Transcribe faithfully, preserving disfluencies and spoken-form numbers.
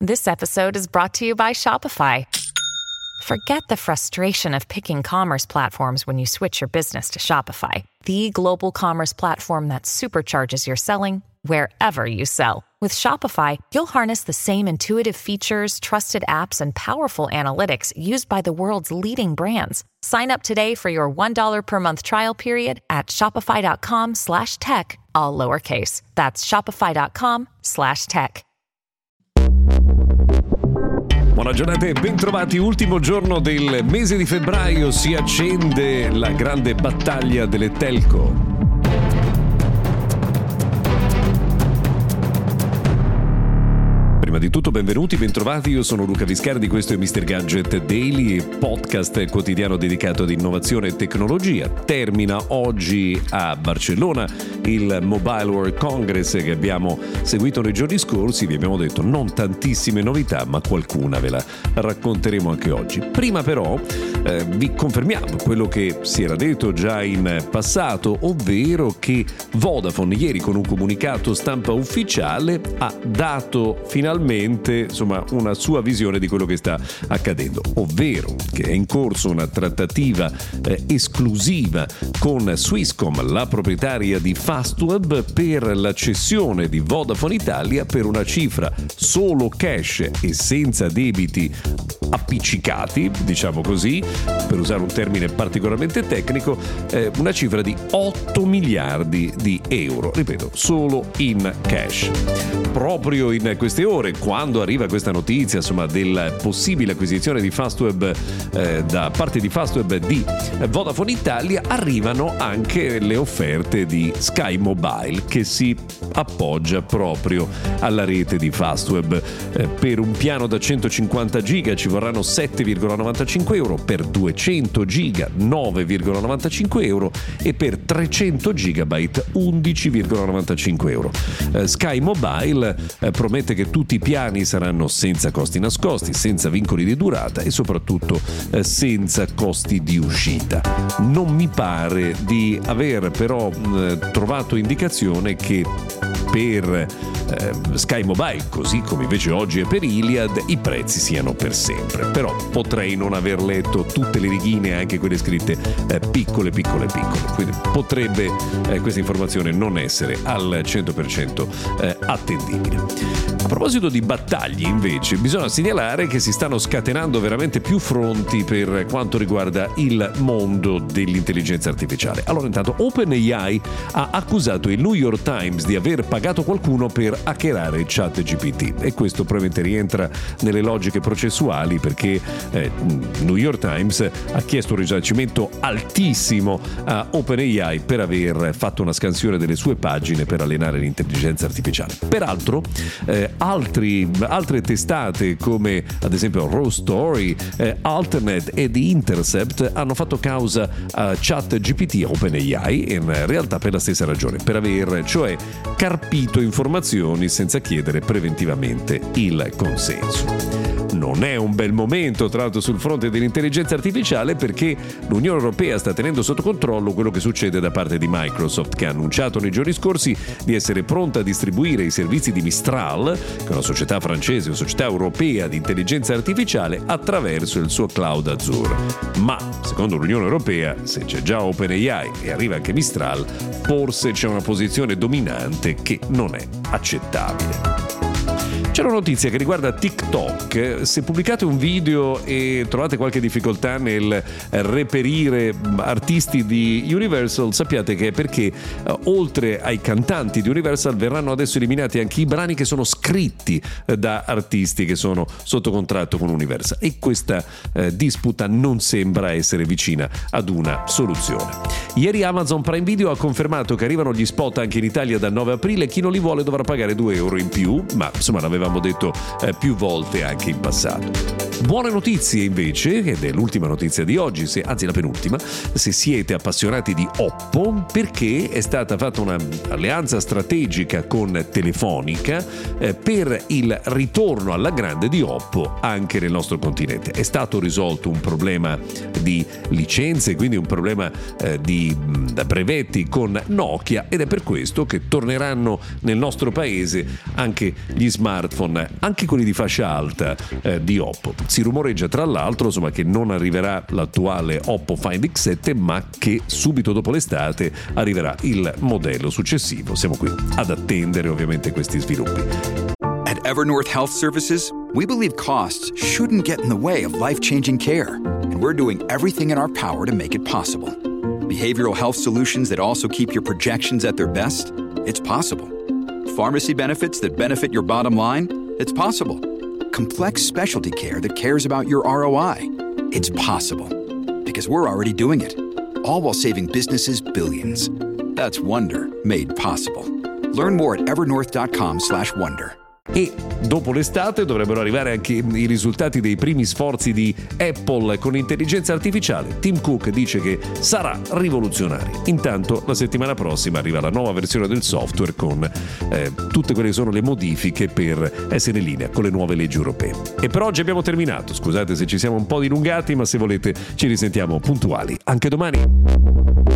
This episode is brought to you by Shopify. Forget the frustration of picking commerce platforms when you switch your business to Shopify, the global commerce platform that supercharges your selling wherever you sell. With Shopify, you'll harness the same intuitive features, trusted apps, and powerful analytics used by the world's leading brands. Sign up today for your one dollar per month trial period at shopify.com slash tech, all lowercase. That's shopify.com slash tech. Buona giornata e bentrovati. Ultimo giorno del mese di febbraio, si accende la grande battaglia delle telco. Prima di tutto benvenuti, bentrovati, io sono Luca Viscardi, questo è mister Gadget Daily, podcast quotidiano dedicato ad innovazione e tecnologia. Termina oggi a Barcellona il Mobile World Congress che abbiamo seguito nei giorni scorsi. Vi abbiamo detto non tantissime novità, ma qualcuna ve la racconteremo anche oggi. Prima però eh, vi confermiamo quello che si era detto già in passato, ovvero che Vodafone ieri con un comunicato stampa ufficiale ha dato finalmente insomma una sua visione di quello che sta accadendo, ovvero che è in corso una trattativa eh, esclusiva con Swisscom, la proprietaria di Fastweb, per la cessione di Vodafone Italia per una cifra solo cash e senza debiti appiccicati, diciamo così, per usare un termine particolarmente tecnico, eh, una cifra di otto miliardi di euro, ripeto, solo in cash. Proprio in queste ore, quando arriva questa notizia insomma della possibile acquisizione di Fastweb eh, da parte di Fastweb di Vodafone Italia, arrivano anche le offerte di Sky Mobile, che si appoggia proprio alla rete di Fastweb. Eh, per un piano da centocinquanta giga ci vorranno sette virgola novantacinque euro, per duecento giga nove virgola novantacinque euro e per trecento gigabyte undici virgola novantacinque euro. Eh, Sky Mobile eh, promette che tutti i piani saranno senza costi nascosti, senza vincoli di durata e soprattutto eh, senza costi di uscita. Non mi pare di aver però eh, trovato indicazione che per eh, Sky Mobile, così come invece oggi è per Iliad, i prezzi siano per sempre. Però potrei non aver letto tutte le righine, anche quelle scritte eh, piccole, piccole, piccole. Quindi potrebbe eh, questa informazione non essere al cento per cento eh, attendibile. A proposito di battaglie, invece, bisogna segnalare che si stanno scatenando veramente più fronti per quanto riguarda il mondo dell'intelligenza artificiale. Allora, intanto, OpenAI ha accusato il New York Times di aver pagato qualcuno per hackerare ChatGPT, e questo probabilmente rientra nelle logiche processuali, perché eh, New York Times ha chiesto un risarcimento altissimo a OpenAI per aver fatto una scansione delle sue pagine per allenare l'intelligenza artificiale. Peraltro eh, altri, altre testate come ad esempio Raw Story, eh, Alternet e The Intercept hanno fatto causa a ChatGPT e OpenAI, in realtà per la stessa ragione, per aver cioè carpito informazioni senza chiedere preventivamente il consenso. Non è un bel momento, tra l'altro, sul fronte dell'intelligenza artificiale, perché l'Unione Europea sta tenendo sotto controllo quello che succede da parte di Microsoft, che ha annunciato nei giorni scorsi di essere pronta a distribuire i servizi di Mistral, che è una società francese, una società europea di intelligenza artificiale, attraverso il suo cloud Azure. Ma, secondo l'Unione Europea, se c'è già OpenAI e arriva anche Mistral, forse c'è una posizione dominante che non è accettabile. C'è una notizia che riguarda TikTok. Se pubblicate un video e trovate qualche difficoltà nel reperire artisti di Universal, sappiate che è perché eh, oltre ai cantanti di Universal verranno adesso eliminati anche i brani che sono scritti eh, da artisti che sono sotto contratto con Universal, e questa eh, disputa non sembra essere vicina ad una soluzione. Ieri Amazon Prime Video ha confermato che arrivano gli spot anche in Italia dal nove aprile. Chi non li vuole dovrà pagare due euro in più, ma insomma l'avevamo detto eh, più volte anche in passato. Buone notizie invece, ed è l'ultima notizia di oggi, se, anzi la penultima, se siete appassionati di Oppo, perché è stata fatta un'alleanza strategica con Telefonica eh, per il ritorno alla grande di Oppo anche nel nostro continente. È stato risolto un problema di licenze, quindi un problema eh, di mh, brevetti con Nokia, ed è per questo che torneranno nel nostro paese anche gli smartphone, anche quelli di fascia alta eh, di Oppo. Si rumoreggia tra l'altro insomma che non arriverà l'attuale Oppo Find X sette, ma che subito dopo l'estate arriverà il modello successivo. Siamo qui ad attendere ovviamente questi sviluppi. At Evernorth Health Services, we believe costs shouldn't get in the way of life-changing care, and we're doing everything in our power to make it possible. Behavioral health solutions that also keep your projections at their best? It's possible. Pharmacy benefits that benefit your bottom line? It's possible. Complex specialty care that cares about your R O I? It's possible. Because we're already doing it. All while saving businesses billions. That's Wonder made possible. Learn more at evernorth.com slash wonder. E dopo l'estate dovrebbero arrivare anche i risultati dei primi sforzi di Apple con intelligenza artificiale. Tim Cook dice che sarà rivoluzionario. Intanto la settimana prossima arriva la nuova versione del software con eh, tutte quelle che sono le modifiche per essere in linea con le nuove leggi europee. E per oggi abbiamo terminato. Scusate se ci siamo un po' dilungati, ma se volete ci risentiamo puntuali anche domani.